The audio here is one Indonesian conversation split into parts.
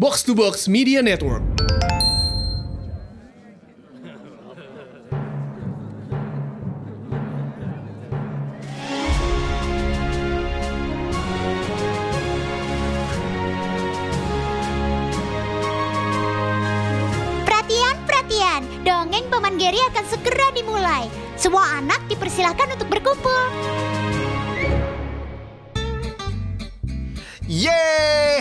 Box to Box Media Network. Perhatian, dongeng Paman Geri akan segera dimulai. Semua anak dipersilahkan untuk berkumpul. Yeay,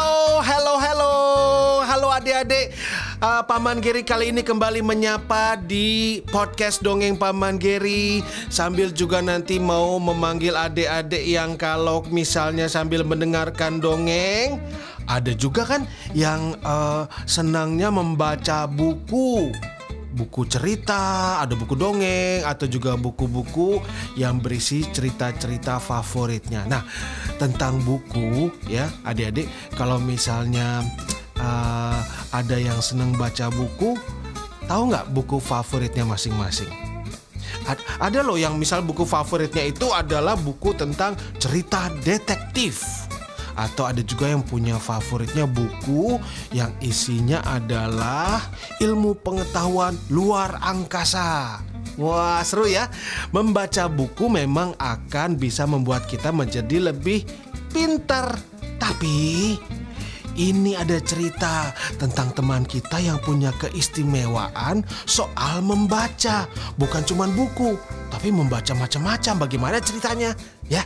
halo adik-adik. Paman Geri kali ini kembali menyapa di podcast Dongeng Paman Geri. Sambil juga nanti mau memanggil adik-adik yang kalau misalnya sambil mendengarkan dongeng, ada juga kan yang senangnya membaca buku cerita, ada buku dongeng, atau juga buku-buku yang berisi cerita-cerita favoritnya. Nah, tentang buku ya adik-adik, kalau misalnya ada yang senang baca buku, tahu nggak buku favoritnya masing-masing? Ada loh yang misal buku favoritnya itu adalah buku tentang cerita detektif. Atau ada juga yang punya favoritnya buku yang isinya adalah ilmu pengetahuan luar angkasa. Wah, seru ya. Membaca buku memang akan bisa membuat kita menjadi lebih pintar. Tapi ini ada cerita tentang teman kita yang punya keistimewaan soal membaca. Bukan cuma buku, tapi membaca macam-macam. Bagaimana ceritanya? Ya.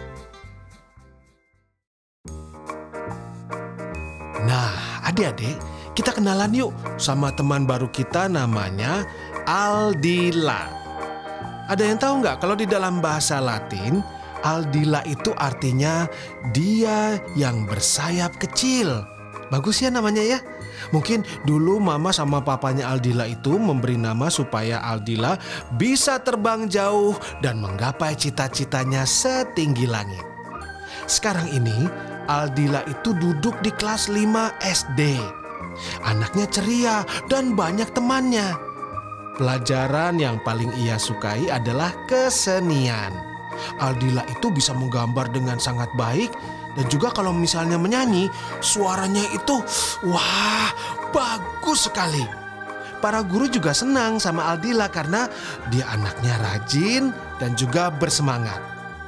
Nah, adik-adik, kita kenalan yuk sama teman baru kita namanya Aldila. Ada yang tahu nggak kalau di dalam bahasa Latin, Aldila itu artinya dia yang bersayap kecil. Bagus ya namanya ya. Mungkin dulu mama sama papanya Aldila itu memberi nama supaya Aldila bisa terbang jauh dan menggapai cita-citanya setinggi langit. Sekarang ini Aldila itu duduk di kelas 5 SD. Anaknya ceria dan banyak temannya. Pelajaran yang paling ia sukai adalah kesenian. Aldila itu bisa menggambar dengan sangat baik, dan juga kalau misalnya menyanyi, suaranya itu wah, bagus sekali. Para guru juga senang sama Aldila karena dia anaknya rajin dan juga bersemangat.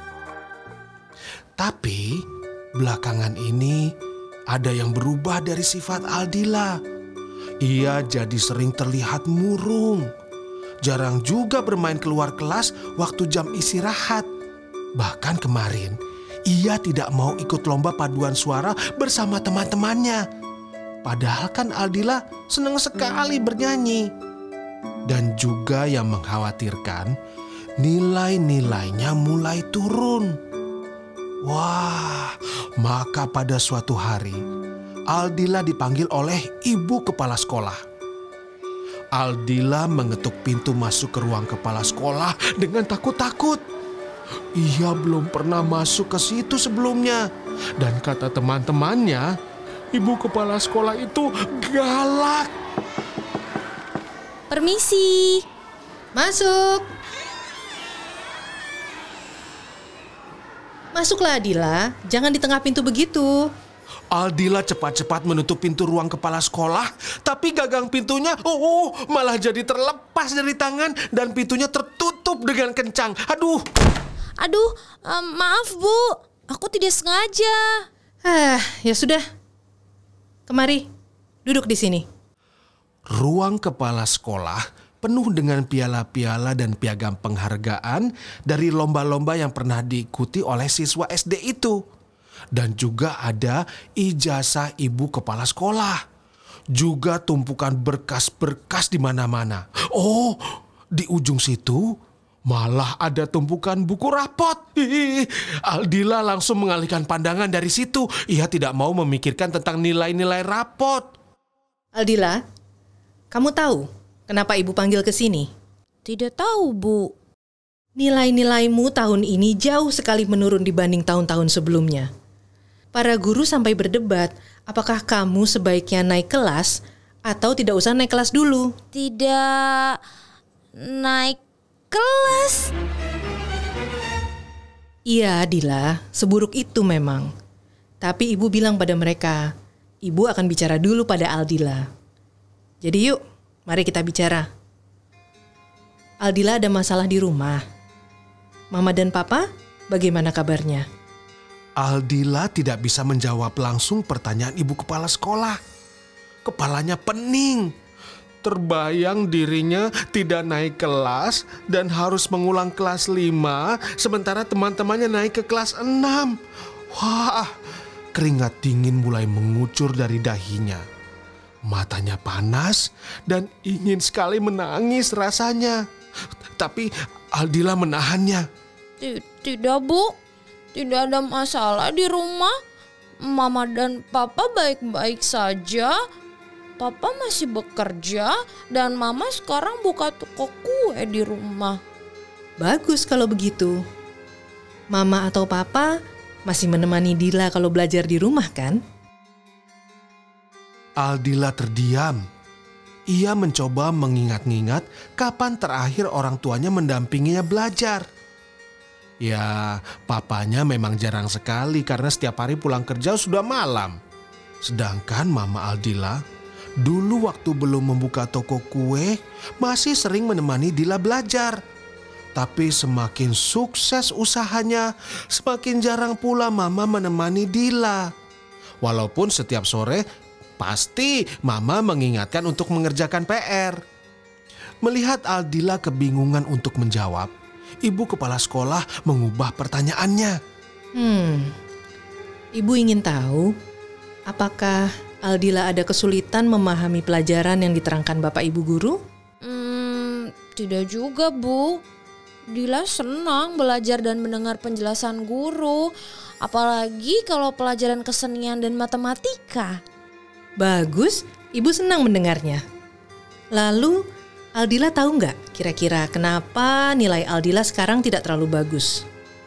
Tapi belakangan ini ada yang berubah dari sifat Aldila. Ia jadi sering terlihat murung. Jarang juga bermain keluar kelas waktu jam istirahat. Bahkan kemarin, ia tidak mau ikut lomba paduan suara bersama teman-temannya. Padahal kan Aldila senang sekali bernyanyi. Dan juga yang mengkhawatirkan, nilai-nilainya mulai turun. Wah, maka pada suatu hari, Aldila dipanggil oleh ibu kepala sekolah. Aldila mengetuk pintu masuk ke ruang kepala sekolah dengan takut-takut. Ia belum pernah masuk ke situ sebelumnya. Dan kata teman-temannya, ibu kepala sekolah itu galak. Permisi. Masuk. Masuklah Aldila, jangan di tengah pintu begitu. Aldila cepat-cepat menutup pintu ruang kepala sekolah, tapi gagang pintunya malah jadi terlepas dari tangan dan pintunya tertutup dengan kencang. Aduh, maaf Bu, aku tidak sengaja. Ya sudah. Kemari, duduk di sini. Ruang kepala sekolah penuh dengan piala-piala dan piagam penghargaan dari lomba-lomba yang pernah diikuti oleh siswa SD itu. Dan juga ada ijazah ibu kepala sekolah. Juga tumpukan berkas-berkas di mana-mana. Oh, di ujung situ malah ada tumpukan buku rapot. Aldila langsung mengalihkan pandangan dari situ. Ia tidak mau memikirkan tentang nilai-nilai rapot. Aldila, kamu tahu kenapa ibu panggil ke sini? Tidak tahu, Bu. Nilai-nilaimu tahun ini jauh sekali menurun dibanding tahun-tahun sebelumnya. Para guru sampai berdebat, apakah kamu sebaiknya naik kelas atau tidak usah naik kelas dulu? Tidak naik kelas. Iya, Dila, seburuk itu memang. Tapi ibu bilang pada mereka, Ibu akan bicara dulu pada Aldila. Jadi yuk, mari kita bicara. Aldila ada masalah di rumah. Mama dan Papa, bagaimana kabarnya? Aldila tidak bisa menjawab langsung pertanyaan ibu kepala sekolah. Kepalanya pening. Terbayang dirinya tidak naik kelas dan harus mengulang kelas 5 sementara teman-temannya naik ke kelas 6. Wah, keringat dingin mulai mengucur dari dahinya. Matanya panas dan ingin sekali menangis rasanya. Tapi Aldila menahannya. Tidak, Bu. Tidak ada masalah di rumah. Mama dan Papa baik-baik saja. Papa masih bekerja dan Mama sekarang buka toko kue di rumah. Bagus kalau begitu. Mama atau Papa masih menemani Dila kalau belajar di rumah kan? Aldila terdiam. Ia mencoba mengingat-ingat kapan terakhir orang tuanya mendampinginya belajar. Ya, papanya memang jarang sekali karena setiap hari pulang kerja sudah malam. Sedangkan Mama Aldila, dulu waktu belum membuka toko kue, masih sering menemani Dila belajar. Tapi semakin sukses usahanya, semakin jarang pula Mama menemani Dila. Walaupun setiap sore, pasti Mama mengingatkan untuk mengerjakan PR. Melihat Aldila kebingungan untuk menjawab, ibu kepala sekolah mengubah pertanyaannya. Ibu ingin tahu, apakah Aldila ada kesulitan memahami pelajaran yang diterangkan Bapak Ibu guru? Tidak juga, Bu. Dila senang belajar dan mendengar penjelasan guru. Apalagi kalau pelajaran kesenian dan matematika. Bagus, Ibu senang mendengarnya. Lalu, Aldila tahu nggak kira-kira kenapa nilai Aldila sekarang tidak terlalu bagus?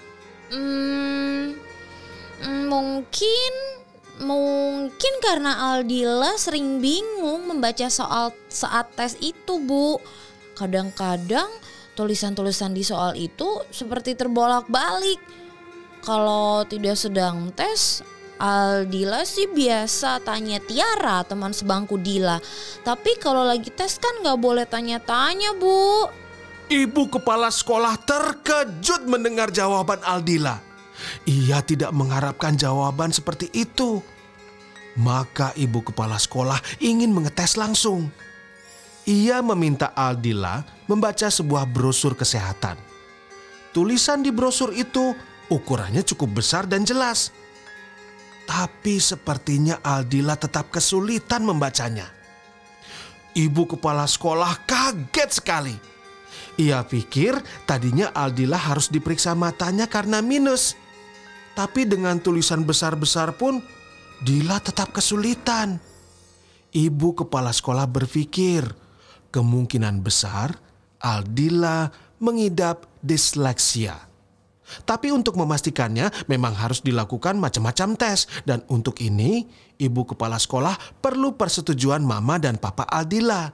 Mungkin karena Aldila sering bingung membaca soal saat tes itu, Bu. Kadang-kadang tulisan-tulisan di soal itu seperti terbolak-balik. Kalau tidak sedang tes, Aldila sih biasa tanya Tiara, teman sebangku Dila. Tapi kalau lagi tes kan gak boleh tanya-tanya, Bu. Ibu kepala sekolah terkejut mendengar jawaban Aldila. Ia tidak mengharapkan jawaban seperti itu. Maka ibu kepala sekolah ingin mengetes langsung. Ia meminta Aldila membaca sebuah brosur kesehatan. Tulisan di brosur itu ukurannya cukup besar dan jelas. Tapi sepertinya Aldila tetap kesulitan membacanya. Ibu kepala sekolah kaget sekali. Ia pikir tadinya Aldila harus diperiksa matanya karena minus. Tapi dengan tulisan besar-besar pun Dila tetap kesulitan. Ibu kepala sekolah berpikir kemungkinan besar Aldila mengidap disleksia. Tapi untuk memastikannya memang harus dilakukan macam-macam tes. Dan untuk ini ibu kepala sekolah perlu persetujuan Mama dan Papa Aldila.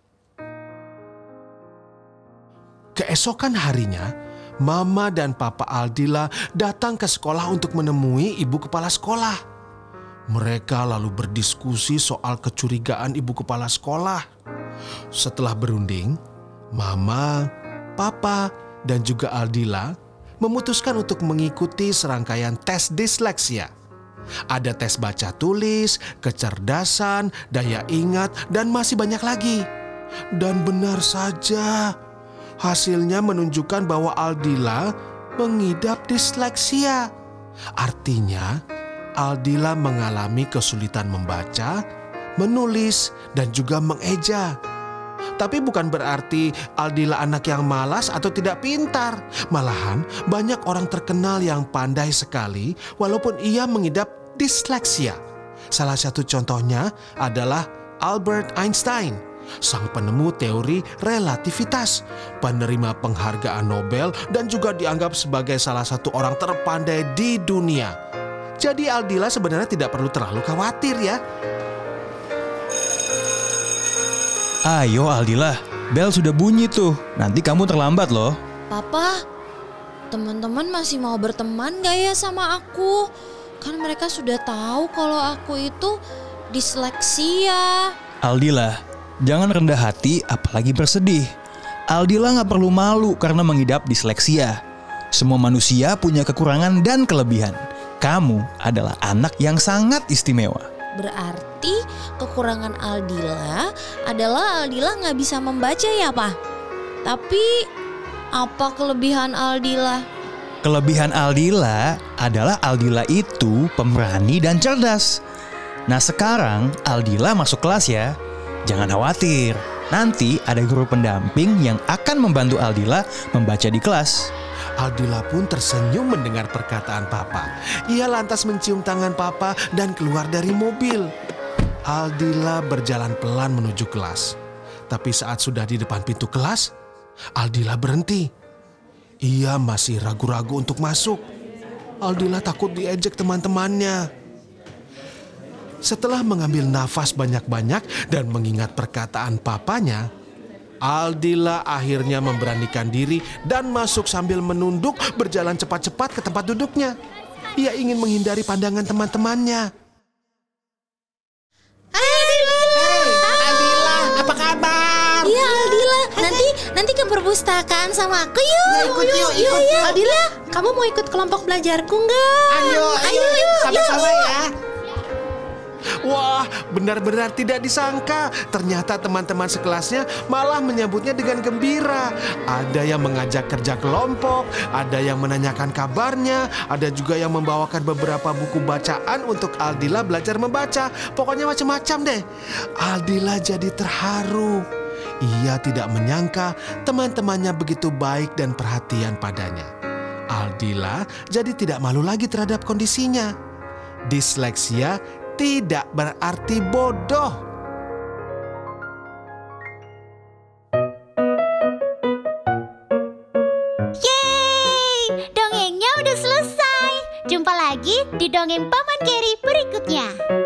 Keesokan harinya, Mama dan Papa Aldila datang ke sekolah untuk menemui ibu kepala sekolah. Mereka lalu berdiskusi soal kecurigaan ibu kepala sekolah. Setelah berunding, Mama, Papa, dan juga Aldila memutuskan untuk mengikuti serangkaian tes disleksia. Ada tes baca tulis, kecerdasan, daya ingat, dan masih banyak lagi. Dan benar saja, hasilnya menunjukkan bahwa Aldila mengidap disleksia. Artinya, Aldila mengalami kesulitan membaca, menulis, dan juga mengeja. Tapi bukan berarti Aldila anak yang malas atau tidak pintar. Malahan banyak orang terkenal yang pandai sekali walaupun ia mengidap disleksia. Salah satu contohnya adalah Albert Einstein, sang penemu teori relativitas, penerima penghargaan Nobel dan juga dianggap sebagai salah satu orang terpandai di dunia. Jadi Aldila sebenarnya tidak perlu terlalu khawatir ya. Ayo Aldila, bel sudah bunyi tuh. Nanti kamu terlambat loh. Papa, teman-teman masih mau berteman gak ya sama aku? Kan mereka sudah tahu kalau aku itu disleksia. Aldila, jangan rendah hati apalagi bersedih. Aldila gak perlu malu karena mengidap disleksia. Semua manusia punya kekurangan dan kelebihan. Kamu adalah anak yang sangat istimewa. Berarti kekurangan Aldila adalah Aldila gak bisa membaca ya, Pak? Tapi apa kelebihan Aldila? Kelebihan Aldila adalah Aldila itu pemberani dan cerdas. Nah sekarang Aldila masuk kelas ya. Jangan khawatir, nanti ada guru pendamping yang akan membantu Aldila membaca di kelas. Aldila pun tersenyum mendengar perkataan Papa. Ia lantas mencium tangan Papa dan keluar dari mobil. Aldila berjalan pelan menuju kelas. Tapi saat sudah di depan pintu kelas, Aldila berhenti. Ia masih ragu-ragu untuk masuk. Aldila takut diejek teman-temannya. Setelah mengambil nafas banyak-banyak dan mengingat perkataan papanya, Aldila akhirnya memberanikan diri dan masuk sambil menunduk berjalan cepat-cepat ke tempat duduknya. Ia ingin menghindari pandangan teman-temannya. Aldila, apa kabar? Iya Aldila, nanti ke perpustakaan sama aku yuk. Yuk. Aldila, kamu mau ikut kelompok belajarku nggak? Ayo, sama-sama ya. Wah, benar-benar tidak disangka. Ternyata teman-teman sekelasnya malah menyambutnya dengan gembira. Ada yang mengajak kerja kelompok, ada yang menanyakan kabarnya, ada juga yang membawakan beberapa buku bacaan untuk Aldila belajar membaca. Pokoknya macam-macam deh. Aldila jadi terharu. Ia tidak menyangka teman-temannya begitu baik dan perhatian padanya. Aldila jadi tidak malu lagi terhadap kondisinya. Disleksia tidak berarti bodoh. Yeay, dongengnya udah selesai. Jumpa lagi di dongeng Paman Geri berikutnya.